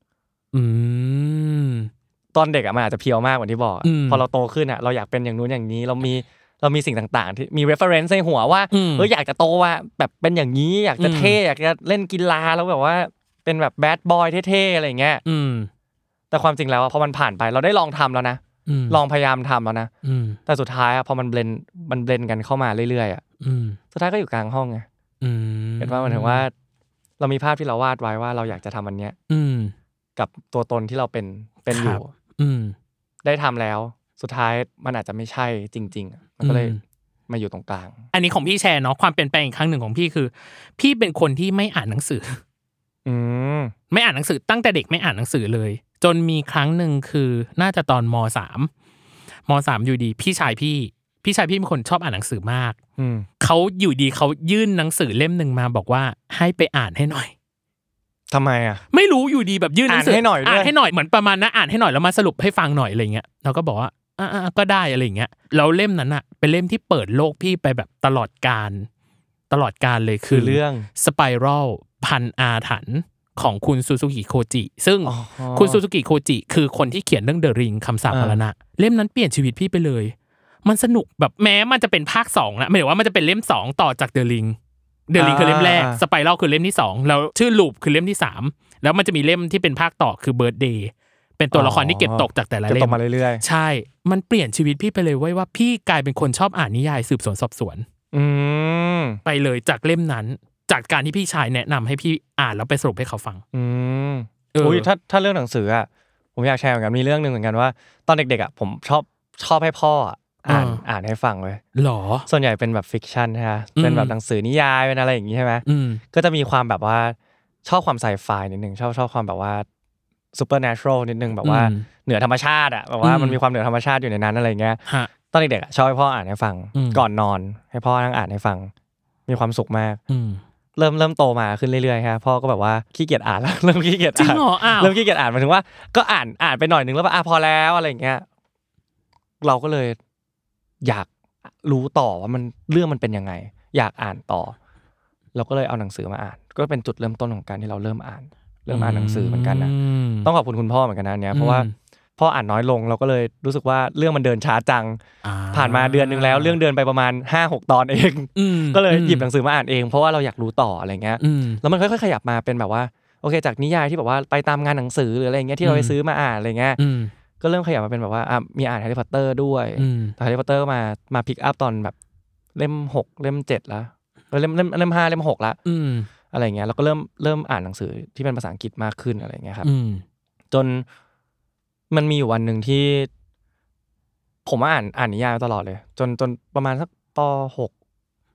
ตอนเด็กอ่ะมันอาจจะเพียวมากเหมือนที่บอกพอเราโตขึ้นอ่ะเราอยากเป็นอย่างนู้นอย่างนี้เรามีเรามีสิ่งต่างๆที่มี reference ในหัวว่าเอออยากจะโตว่าแบบเป็นอย่างนี้อยากจะเท่อยากจะเล่นกีฬาแล้วแบบว่าเป็นแบบแบดบอยเท่ๆอะไรอย่างเงี้ยแต่ความจริงแล้วพอมันผ่านไปเราได้ลองทำแล้วนะลองพยายามทำแล้วนะแต่สุดท้ายอ่ะพอมันเบลนมันเบลนกันเข้ามาเรื่อยๆอ่ะสุดท้ายก็อยู่กลางห้องไงเห็นว่ามันถึงว่าเรามีภาพที่เราวาดไว้ว่าเราอยากจะทำอันเนี้ยกับตัวตนที่เราเป็นเป็นอยู่ได้ทำแล้วสุดท้ายมันอาจจะไม่ใช่จริงๆมันก็เลยมาอยู่ตรงกลางอันนี้ของพี่แชร์เนาะความเปลี่ยนแปลงอีกครั้งหนึ่งของพี่คือพี่เป็นคนที่ไม่อ่านหนังสืออืมไม่อ่านหนังสือตั้งแต่เด็กไม่อ่านหนังสือเลยจนมีครั้งหนึ่งคือน่าจะตอนม.สาม ม.สามอยู่ดีพี่ชายพี่พี่ชายพี่เป็นคนชอบอ่านหนังสือมากเขาอยู่ดีเขายื่นหนังสือเล่มนึงมาบอกว่าให้ไปอ่านให้หน่อยทำไมอ่ะไม่รู้อยู่ดีแบบยื่นหนังสืออ่านให้หน่อยอ่านให้หน่อยเหมือนประมาณนะอ่านให้หน่อยแล้วมาสรุปให้ฟังหน่อยอะไรเงี้ยเราก็บอกว่าอ่าก็ได้อะไรเงี้ยแล้วเล่มนั้นอ่ะเป็นเล่มที่เปิดโลกพี่ไปแบบตลอดกาลตลอดกาลเลยคือเรื่อง Spiral พันอาถรรพ์ของคุณซูซูกิโคจิซึ่งคุณซูซูกิโคจิคือคนที่เขียนเรื่อง The Ring คำสาปมรณะเล่มนั้นเปลี่ยนชีวิตพี่ไปเลยมันสนุกแบบแม้มันจะเป็นภาคสองนะหมายถึงว่ามันจะเป็นเล่มสองต่อจาก The Ring The Ring คือเล่มแรก Spiral คือเล่มที่สองแล้วชื่อ Loop คือเล่มที่สามแล้วมันจะมีเล่มที่เป็นภาคต่อคือ Birthday เป็นตัวละครที่เก็บตกจากแต่ละเล่มเก็บตกมาเรื่อยๆใช่มันเปลี่ยนชีวิตพี่ไปเลยเว้ยว่าพี่กลายเป็นคนชอบอ่านนิยายสืบสวนสอบสวนอืมไปเลยจากเล่มนั้นจากการที่พี่ชายแนะนำให้พี่อ่านแล้วไปสรุปให้เขาฟังอืมอุ้ยถ้าถ้าเรื่องหนังสืออ่ะผมอยากแชร์เหมือนกันมีเรื่องนึงเหมือนกันว่าตอนเด็กๆอ่ะผมชอบชอบให้พ่ออ่านอ่านให้ฟังเลยหรอส่วนใหญ่เป็นแบบฟิกชันใช่ไหมเป็นแบบหนังสือนิยายเป็นอะไรอย่างงี้ใช่ไหมก็จะมีความแบบว่าชอบความไซไฟนิดนึงชอบชอบความแบบว่าซูเปอร์เนเชอรัลนิดนึงแบบว่าเหนือธรรมชาติอ่ะแบบว่ามันมีความเหนือธรรมชาติอยู่ในนั้นอะไรเงี้ยตอนเด็กๆชอบให้พ่ออ่านให้ฟังก่อนนอนให้พ่อนั่งอ่านให้ฟังมีความสุขมากเริ่มเริ่มโตมาขึ้นเรื่อยๆครับพ่อก็แบบว่าขี้เกียจอ่านแล้วเริ่มขี้เกียจอ่านเริ่มขี้เกียจอ่านหมายถึงว่าก็อ่านอ่านไปหน่อยนึงแล้วอ่ะพอแล้วอะไรอย่างเงี้ยเราก็เลยอยากรู้ต่อว่ามันเรื่องมันเป็นยังไงอยากอ่านต่อเราก็เลยเอาหนังสือมาอ่านก็เป็นจุดเริ่มต้นของการที่เราเริ่มอ่านเริ่มอ่านหนังสือเหมือนกันนะต้องขอบคุณคุณพ่อเหมือนกันนะเนี้ยเพราะว่าพ่ออ่านน้อยลงเราก็เลยรู้สึกว่าเรื่องมันเดินช้าจังผ่านมาเดือนนึงแล้วเรื่องเดินไปประมาณ ห้าหก ตอนเองก็เลยหยิบหนังสือมาอ่านเองเพราะว่าเราอยากรู้ต่ออะไรเงี้ยแล้วมันค่อยๆขยับมาเป็นแบบว่าโอเคจากนิยายที่แบบว่าไปตามงานหนังสือหรืออะไรเงี้ยที่เราไปซื้อมาอ่านอะไรเงี้ยก็เริ่มขยับมาเป็นแบบว่าอ่ะมีอ่านแฮร์รี่พอตเตอร์ด้วยแต่แฮร์รี่พอตเตอร์มามาพิกอัพตอนแบบเล่มหกเล่มเจ็ดแล้วเล่มเล่มเล่มห้าเล่มหกละอะไรเงี้ยเราก็เริ่มเริ่มอ่านหนังสือที่เป็นภาษาอังกฤษมากขึ้นอะไรเงี้ยครับจนมันมีอยู่วันนึงที่ผมอ่านอ่านนิยายตลอดเลยจนจนประมาณสักป.หก ป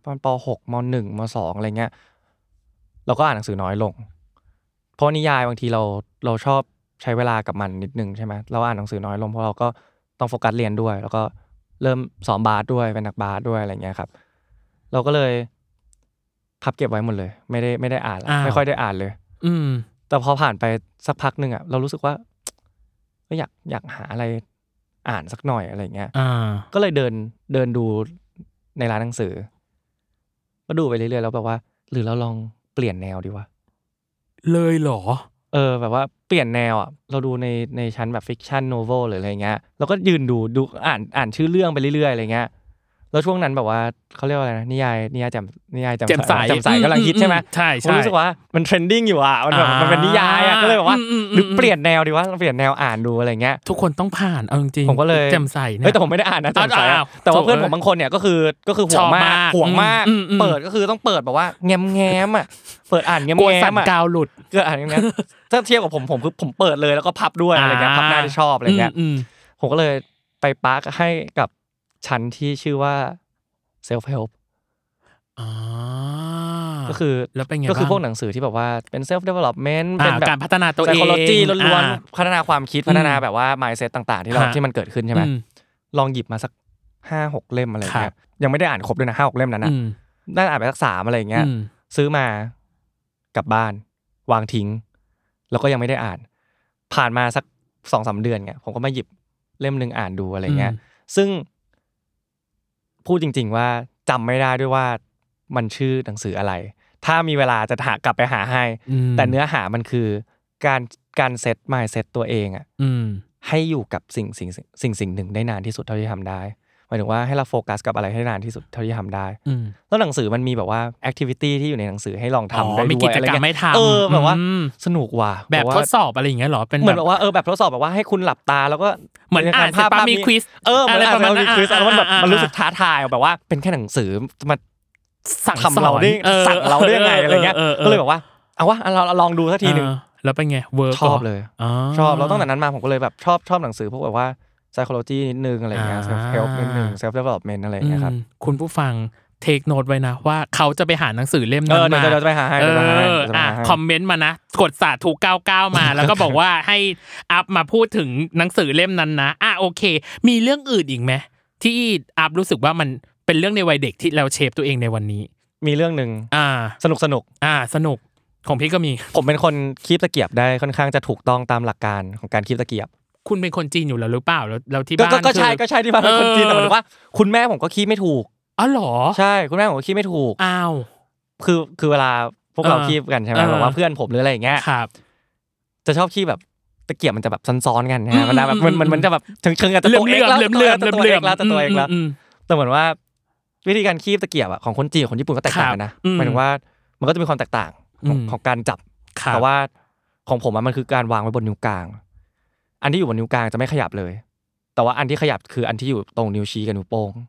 ตอนป.หก ม.หนึ่ง ม.สอง อะไรเงี้ยเราก็อ่านหนังสือน้อยลงเพราะนิยายบางทีเราเราชอบใช้เวลากับมันนิดนึงใช่ไหมเราอ่านหนังสือน้อยลงเพราะเราก็ต้องโฟกัสเรียนด้วยแล้วก็เริ่มซ้อมบาสด้วยเป็นนักบาสด้วยอะไรเงี้ยครับเราก็เลยพับเก็บไว้หมดเลยไม่ได้ไม่ได้อ่านไม่ค่อยได้อ่านเลยอืมแต่พอผ่านไปสักพักนึงอ่ะเรารู้สึกว่าก็อยากอยากหาอะไรอ่านสักหน่อยอะไรเงี้ยก็เลยเดินเดินดูในร้านหนังสือก็ดูไปเรื่อยๆแล้วแบบว่าหรือเราลองเปลี่ยนแนวดีวะเลยเหรอเออแบบว่าเปลี่ยนแนวอ่ะเราดูในในชั้นแบบฟิกชันโนเวลหรืออะไรเงี้ยเราก็ยืนดูดูอ่านอ่านชื่อเรื่องไปเรื่อยๆอะไรเงี้ยแล้วช่วงนั้นแบบว่าเขาเรียกว่าอะไรนะนิยายนิยายแจ่มนิยายแจ่มใสแจ่มใสกำลังฮิตใช่ไหมใช่ผมรู้สึกว่ามันเทรนดิ้งอยู่อ่ะมันแบบมันเป็นนิยายอ่ะก็เลยบอกว่าหรือเปลี่ยนแนวดีวะเปลี่ยนแนวอ่านดูอะไรเงี้ยทุกคนต้องผ่านเอาจริงผมก็เลยแจ่มใสเนี่ยแต่ผมไม่ได้อ่านนะแจ่มใสแต่ว่าเพื่อนผมบางคนเนี่ยก็คือก็คือห่วงมากห่วงมากเปิดก็คือต้องเปิดแบบว่าแง้มแง้มอ่ะเปิดอ่านแง้มแง้มอ่ะกาวหลุดก็อ่านแง้มถ้าเทียบกับผมผมคือผมเปิดเลยแล้วก็พับด้วยอะไรเงี้ยพับหน้าที่ชอบอะไรเงี้ยผมก็เลยไปปาร์คให้กับชั้นที่ชื่อว่าself help อ๋อก็คือแล้วเป็นไงก็คือพวกหนังสือที่แบบว่าเป็น self development เป็นแบบการพัฒนาตัวเอง psychology ล้วนๆพัฒนาความคิดพัฒนาแบบว่า mindset ต่างๆที่เราที่มันเกิดขึ้นใช่มั้ยลองหยิบมาสัก ห้าหก เล่มอะไรเงี้ยยังไม่ได้อ่านครบด้วยนะ ห้าหก เล่มนั้นน่ะได้อ่านไปสักสามอะไรอย่างเงี้ยซื้อมากลับบ้านวางทิ้งแล้วก็ยังไม่ได้อ่านผ่านมาสัก สองสาม เดือนเงี้ยผมก็มาหยิบเล่มนึงอ่านดูอะไรเงี้ยซึ่งพูดจริงๆว่าจำไม่ได้ด้วยว่ามันชื่อหนังสืออะไรถ้ามีเวลาจะหากลับไปหาให้แต่เนื้อหามันคือการการเซต mindset ตัวเองอ่ะให้อยู่กับสิ่งสิ่งสิ่งสิ่งหนึ่งได้นานที่สุดเท่าที่ทำได้หมายถึงว่าให้เราโฟกัสกับอะไรให้นานที่สุดเท่าที่ทำได้แล้วหนังสือมันมีแบบว่าแอคทิวิตี้ที่อยู่ในหนังสือให้ลองทำได้ด้วยอะไรเงี้ยเออแบบว่าสนุกว่ะแบบทดสอบอะไรอย่างเงี้ยหรอเป็นเหมือนแบบว่าเออแบบทดสอบแบบว่าให้คุณหลับตาแล้วก็เหมือนอ่านภาพมีควิซเอออะไรประมาณนั้นมีควิซแล้วมันแบบมันรู้สึกท้าทายแบบว่าเป็นแค่หนังสือมาสั่งเราได้สั่งเราได้ยังไงอะไรเงี้ยก็เลยแบบว่าเอาวะเราลองดูสักทีนึงแล้วเป็นไงเวิร์กชอบเลยชอบแล้วตั้งแต่นั้นมาผมก็เลยแบบชอบชอบหนังสือพวกแบบว่า psychology นิดนึงอะไรเงี้ย self help นิดนึง self development อะไรเงี้ยครับคุณผู้ฟังเทคโนตไว้นะว่าเขาจะไปหาหนังสือเล่มนั้นมาเออเดี๋ยวจะไปหาให้เดี๋ยวจะหาให้อ่ะคอมเมนต์มานะกดสาธุเก้าสิบเก้ามาแล้วก็บอกว่าให้อัพมาพูดถึงหนังสือเล่มนั้นนะอ่ะโอเคมีเรื่องอื่นอีกไหมที่อัพรู้สึกว่ามันเป็นเรื่องในวัยเด็กที่เราเชฟตัวเองในวันนี้มีเรื่องนึงอ่าสนุกสนุกอ่าสนุกของพี่ก็มีผมเป็นคนคีบตะเกียบได้ค่อนข้างจะถูกต้องตามหลักการของการคีบตะเกียบคุณเป็นคนจีนอยู่แล้วหรือเปล่าแล้วแล้วที่บ้านก็ใช่ก็ใช่ที่บ้านเป็นคนจีนแต่หมายถึงว่าคุณแม่ผมก็คีบไม่ถูกอ๋อเหรอใช่คุณแม่ผมก็คีบไม่ถูกอ้าวคือคือเวลาพวกเราคีบกันใช่มั้ยแบบว่าเพื่อนผมหรืออะไรอย่างเงี้ยครับจะชอบคีบแบบตะเกียบมันจะแบบซ้อนๆกันนะมันแบบมันมันมันจะแบบเชิงๆกับตัวเอกแล้วตัวเอกแล้วตัวเอกแล้วแต่เหมือนว่าวิธีการคีบตะเกียบอ่ะของคนจีนกับคนญี่ปุ่นก็แตกต่างกันนะหมายถึงว่ามันก็จะมีความแตกต่างของการจับแต่ว่าของผมมันคือการวางไว้บนนิ้วกลางอันที่อยู่บนนิ้วกลางจะไม่ขยับเลยแต่ว่าอันที่ขยับคืออันที่อยู่ตรงนิ้วชี้กับนิ้วโป้ง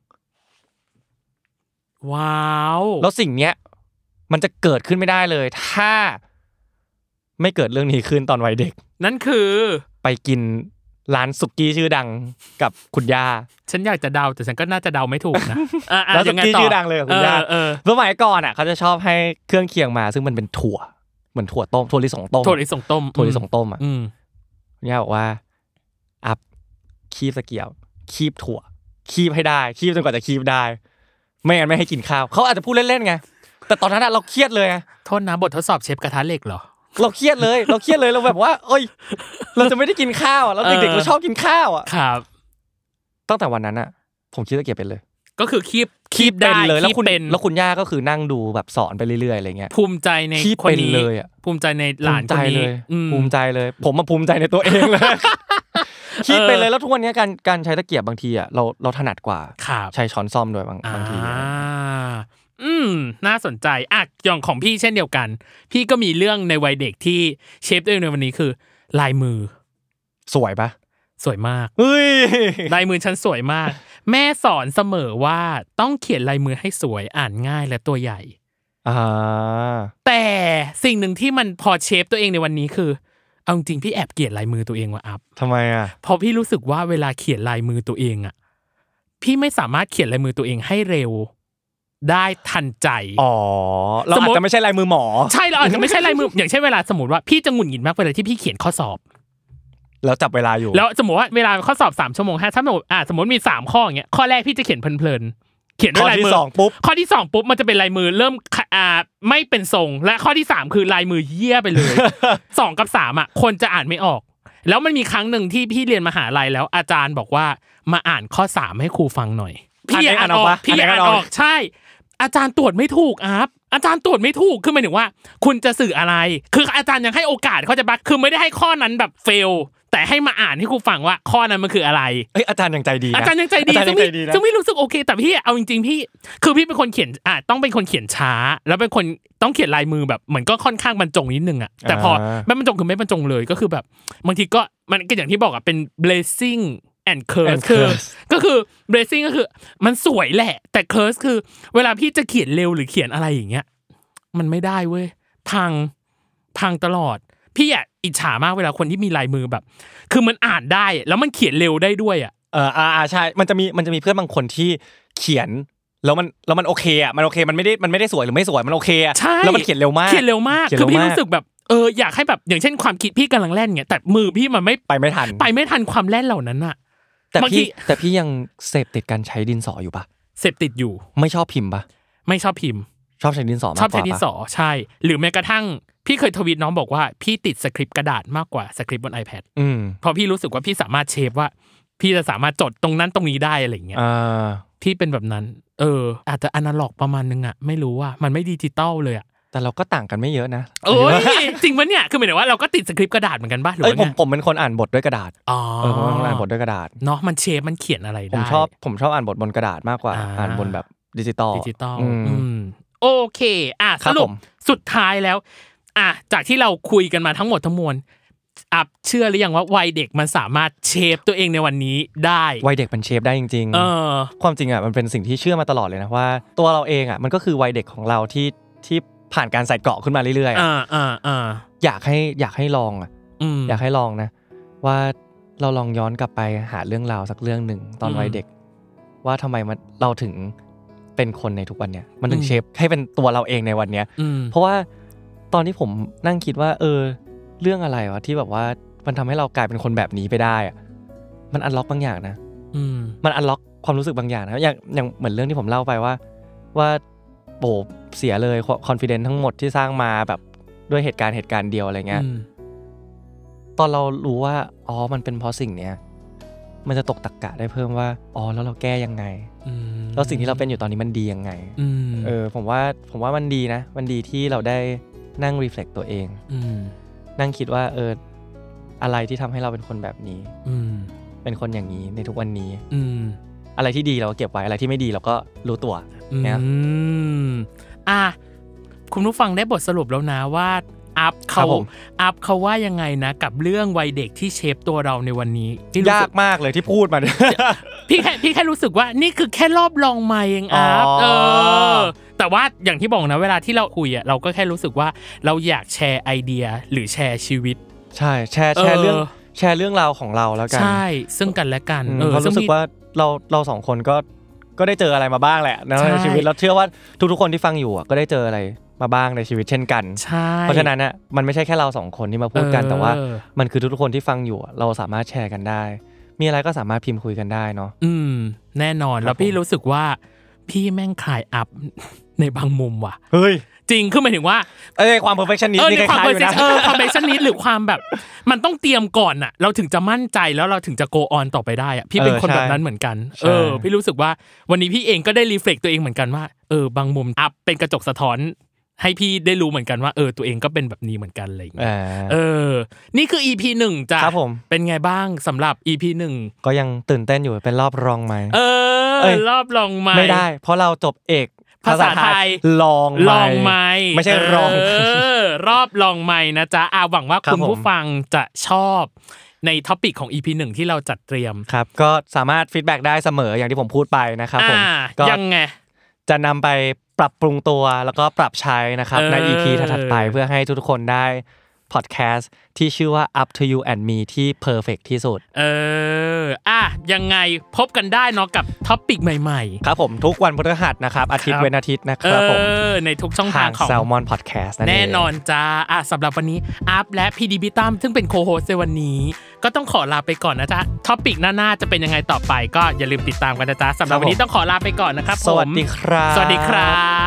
ว้าวแล้วสิ่งเนี้ยมันจะเกิดขึ้นไม่ได้เลยถ้าไม่เกิดเรื่องนี้ขึ้นตอนวัยเด็กนั่นคือไปกินร้านสุกี้ชื่อดังกับคุณย่าฉันอยากจะเดาแต่ฉันก็น่าจะเดาไม่ถูกนะแล้วสุกี้ชื่อดังเลยกับคุณย่าสมัยก่อนอ่ะเขาจะชอบให้เครื่องเคียงมาซึ่งมันเป็นถั่วเหมือนถั่วต้มถั่วลิสงต้มถั่วลิสงต้มถั่วลิสงต้มอ่ะคุณย่าบอกว่าอัพคีบตะเกียบคีบถั่วคีบให้ได้คีบจนกว่าจะคีบได้ไม่งั้นไม่ให้กินข้าวเขาอาจจะพูดเล่นๆไงแต่ตอนนั้นเราเครียดเลยไงโทษนะบททดสอบเชฟกระทะเหล็กเหรอเราเครียดเลยเราเครียดเลยเราแบบว่าเอ้ยเราจะไม่ได้กินข้าวอ่ะเราเด็กๆเราชอบกินข้าวอ่ะครับตั้งแต่วันนั้นอ่ะผมคีบตะเกียบเป็นเลยก็คือคีบคีบได้เลยแล้วคุณแล้วคุณย่าก็คือนั่งดูแบบสอนไปเรื่อยๆอะไรเงี้ยภูมิใจในคนนี้เลยอ่ะภูมิใจในหลานคนนี้ภูมิใจเลยผมมาภูมิใจในตัวเองเลยคีบไปเลยแล้วทุกวันนี้การการใช้ตะเกียบบางทีอ่ะเราเราถนัดกว่าใช้ช้อนซ่อมด้วยบางบางทีอืมน่าสนใจอ่ะอย่างของพี่เช่นเดียวกันพี่ก็มีเรื่องในวัยเด็กที่เชฟตัวเองในวันนี้คือลายมือสวยปะสวยมากเฮ้ยลายมือฉันสวยมากแม่สอนเสมอว่าต้องเขียนลายมือให้สวยอ่านง่ายและตัวใหญ่อ่าแต่สิ่งหนึ่งที่มันพอเชฟตัวเองในวันนี้คือเอาจริงพี่แอบเกลียดลายมือตัวเองว่ะอัพทำไมอ่ะเพราะพี่รู้สึกว่าเวลาเขียนลายมือตัวเองอ่ะพี่ไม่สามารถเขียนลายมือตัวเองให้เร็วได้ทันใจอ๋อเราอาจจะไม่ใช่ลายมือหมอใช่เราอาจจะไม่ใช่ลายมืออย่างเช่นเวลาสมมติว่าพี่จะหงุดหงิดมากเวลาที่พี่เขียนข้อสอบแล้วจับเวลาอยู่แล้วสมมติว่าเวลาข้อสอบสามชั่วโมงฮะถ้าสมมติอ่ะสมมติมีสามข้ออย่างเงี้ยข้อแรกพี่จะเขียนเพลินๆเขียนด้วยลายมือข้อที่สองปุ๊บข้อที่สองปุ๊บมันจะเป็นลายมือเริ่มอ่าไม่เป็นทรงและข้อที่สามคือลายมือเหี้ยไปเลย สองกับสามอ่ะคนจะอ่านไม่ออกแล้วมันมีครั้งนึงที่พี่เรียนมหาลัยแล้วอาจารย์บอกว่ามาอ่านข้อสามให้ครูฟังหน่อยพี่อ่านออกพี่อ่านออกใช่อาจารย์ตรวจไม่ถูกอัพอาจารย์ตรวจไม่ถูกคือหมายถึงว่าคุณจะสื่ออะไรคืออาจารย์ยังให้โอกาสเขาจะบักคือไม่ได้ให้ข้อนั้นแบบเฟลแต่ให้มาอ่านให้ครูฟังว่าข้อนั้นมันคืออะไรเอ้ยอาจารย์ยังใจดีนะอาจารย์ยังใจดีซึ่งพี่ซึ่งพี่รู้สึกโอเคแต่พี่เอาจริงๆพี่คือพี่เป็นคนเขียนอ่ะต้องเป็นคนเขียนช้าแล้วเป็นคนต้องเขียนลายมือแบบเหมือนก็ค่อนข้างบรรจงนิดนึงอ่ะแต่พอไม่บรรจงคือไม่บรรจงเลยก็คือแบบบางทีก็มันก็อย่างที่บอกอ่ะเป็น blessing and curse คือก็คือ blessing ก็คือมันสวยแหละแต่ curse คือเวลาพี่จะเขียนเร็วหรือเขียนอะไรอย่างเงี้ยมันไม่ได้เว้ยพังพังตลอดพี่อ่ะอิจฉามากเวลาคนที่มีลายมือแบบคือมันอ่านได้แล้วมันเขียนเร็วได้ด้วยอ่ะเอออ่าใช่มันจะมีมันจะมีเพื่อนบางคนที่เขียนแล้วมันแล้วมันโอเคอ่ะมันโอเคมันไม่ได้มันไม่ได้สวยหรือไม่สวยมันโอเคอ่ะแล้วมันเขียนเร็วมากเขียนเร็วมากคือพี่รู้สึกแบบเอออยากให้แบบอย่างเช่นความคิดพี่กำลังแล่นเงี้ยแต่มือพี่มันไม่ไปไม่ทันไปไม่ทันความแล่นเหล่านั้นอ่ะแต่พี่แต่พี่ยังเสพติดการใช้ดินสออยู่ปะเสพติดอยู่ไม่ชอบพิมพ์ปะไม่ชอบพิมพ์ชอบใช้ดินสอมากกว่าชอบใช้ดินสอใช่หรือแม้กระทั่งพี่เคยทวีตน้องบอกว่าพี่ติดสคริปต์กระดาษมากกว่าสคริปต์บน iPad อืมเพราะพี่รู้สึกว่าพี่สามารถเชฟว่าพี่จะสามารถจดตรงนั้นตรงนี้ได้อะไรอย่างเงี้ยพี่เป็นแบบนั้นเอออาจจะอนาล็อกประมาณนึงอ่ะไม่รู้ว่ามันไม่ดิจิตอลเลยอ่ะแต่เราก็ต่างกันไม่เยอะนะโอ้ยจริงปะเนี่ยคือหมายถึงว่าเราก็ติดสคริปต์กระดาษเหมือนกันป่ะหรือว่าผมผมเป็นคนอ่านบทด้วยกระดาษอ๋อเออผมอ่านบทด้วยกระดาษเนาะมันเชฟมันเขียนอะไรได้ผมชอบผมชอบอ่านบทบนกระดาษมากกว่าอ่านบนแบบดิจิตอลดิจิตอลอืมโอเคอ่ะสรุปสุดท้ายแล้วอ่ะจากที่เราคุยกันมาทั้งหมดทั้งมวลอับเชื่อหรือยังว่าวัยเด็กมันสามารถเชฟตัวเองในวันนี้ได้วัยเด็กมันเชฟได้จริงๆเออความจริงอ่ะมันเป็นสิ่งที่เชื่อมาตลอดเลยนะว่าตัวเราเองอ่ะมันก็คือวัยเด็กของเราที่ที่ผ่านการใส่เกราะขึ้นมาเรื่อยๆอ่าอ่าอ่าอยากให้อยากให้ลองอ่ะอยากให้ลองนะว่าเราลองย้อนกลับไปหาเรื่องราวสักเรื่องหนึ่งตอนวัยเด็กว่าทำไมมันเราถึงเป็นคนในทุกวันเนี้ยมันถึงเชฟให้เป็นตัวเราเองในวันเนี้ยเพราะว่าตอนที่ผมนั่งคิดว่าเออเรื่องอะไรวะที่แบบว่ามันทำให้เรากลายเป็นคนแบบนี้ไปได้อ่ะมันอันล็อกบางอย่างนะมันอันล็อกความรู้สึกบางอย่างนะอย่างอย่างเหมือนเรื่องที่ผมเล่าไปว่าว่าโอ้เสียเลยคอนฟิเดนซ์ทั้งหมดที่สร้างมาแบบด้วยเหตุการณ์เหตุการณ์เดียวอะไรเงี้ยตอนเรารู้ว่าอ๋อมันเป็นเพราะสิ่งเนี้ยมันจะตกตรรกะได้เพิ่มว่าอ๋อแล้วเราแก้ยังไงแล้วสิ่งที่เราเป็นอยู่ตอนนี้มันดียังไงเออผมว่าผมว่ามันดีนะมันดีที่เราได้นั่งรีเฟล็กตัวเองนั่งคิดว่าเอออะไรที่ทำให้เราเป็นคนแบบนี้เป็นคนอย่างนี้ในทุกวันนี้อะไรที่ดีเราก็เก็บไว้อะไรที่ไม่ดีเราก็รู้ตัวเนี่ยอ่ะคุณผู้ฟังได้บทสรุปแล้วนะว่าอัพเขาอัพเขาว่ายังไงนะกับเรื่องวัยเด็กที่เชฟตัวเราในวันนี้ยากมากเลยที่พูดมาพี่แค่พี่แค่รู้สึกว่านี่คือแค่รอบลองมาเองอัพเออแต่ว่าอย่างที่บอกนะเวลาที่เราคุยอ่ะเราก็แค่รู้สึกว่าเราอยากแชร์ไอเดียหรือแชร์ชีวิตใช่แชร์แชร์เรื่องแชร์เรื่องราวของเราแล้วกันใช่ซึ่งกันและกันเออรู้สึกว่าเราเราสองคนก็ก็ได้เจออะไรมาบ้างแหละในชีวิตเราเชื่อว่าทุกๆคนที่ฟังอยู่อ่ะก็ได้เจออะไรมาบ้างในชีวิตเช่นกันเพราะฉะนั้นน่ะมันไม่ใช่แค่เราสองคนที่มาพูดกันแต่ว่ามันคือทุกๆคนที่ฟังอยู่เราสามารถแชร์กันได้มีอะไรก็สามารถพิมพ์คุยกันได้เนาะอืมแน่นอนแล้วพี่รู้สึกว่าพี่แม่งคลายอัพในบางมุมว่ะเฮ้ยจริงคือหมายถึงว่าเอ้ยความ perfectionist นี่คล้ายๆอยู่นะเออความ perfectionist หรือความแบบมันต้องเตรียมก่อนน่ะเราถึงจะมั่นใจแล้วเราถึงจะ go on ต่อไปได้อ่ะพี่เป็นคนแบบนั้นเหมือนกันเออพี่รู้สึกว่าวันนี้พี่เองก็ได้รีเฟล็กตัวเองเหมือนกันว่าเออบางมุมอัพเป็นกระจกสะท้อนให้พี่ได้รู้เหมือนกันว่าเออตัวเองก็เป็นแบบนี้เหมือนกันอะไรอย่างเงี้ยเออนี่คือ อี พี หนึ่งจ้ะครับผมเป็นไงบ้างสำหรับ อี พี หนึ่งก็ยังตื่นเต้นอยู่เป็นรอบรองไหมเออรอบรองไหมไม่ได้เพราะเราจบเอกภาษาไทยลองลองไหมไม่ใช่รองเออรอบลองไหมนะจ๊ะอาหวังว่าคุณผู้ฟังจะชอบในท็อปิกของ อี พี หนึ่งที่เราจัดเตรียมครับก็สามารถฟีดแบ็กได้เสมออย่างที่ผมพูดไปนะครับผมก็ยังไงจะนำไปปรับปรุงตัวแล้วก็ปรับใช้นะครับใน อี พี ถัดๆไปเพื่อให้ทุกๆคนได้พอดแคสต์ที่ชื่อว่า Up to You and Me ที่ perfect ที่สุดเอออ่ะยังไงพบกันได้เนาะกับท็อปปิกใหม่ๆครับผมทุกวันพฤหัสนะครับอาทิตย์เว้นอาทิตย์นะครับผมในทุกช่องทางของ Salmon Podcast นั่นเองแน่นอนจ้าอ่ะสำหรับวันนี้อัพและพีดีบิตั้มซึ่งเป็นโคโฮสต์ในวันนี้ก็ต้องขอลาไปก่อนนะจ๊ะท็อปิกหน้าๆจะเป็นยังไงต่อไปก็อย่าลืมติดตามกันนะจ๊ะสำหรับวันนี้ต้องขอลาไปก่อนนะครับผมสวัสดีครับสวัสดีครับ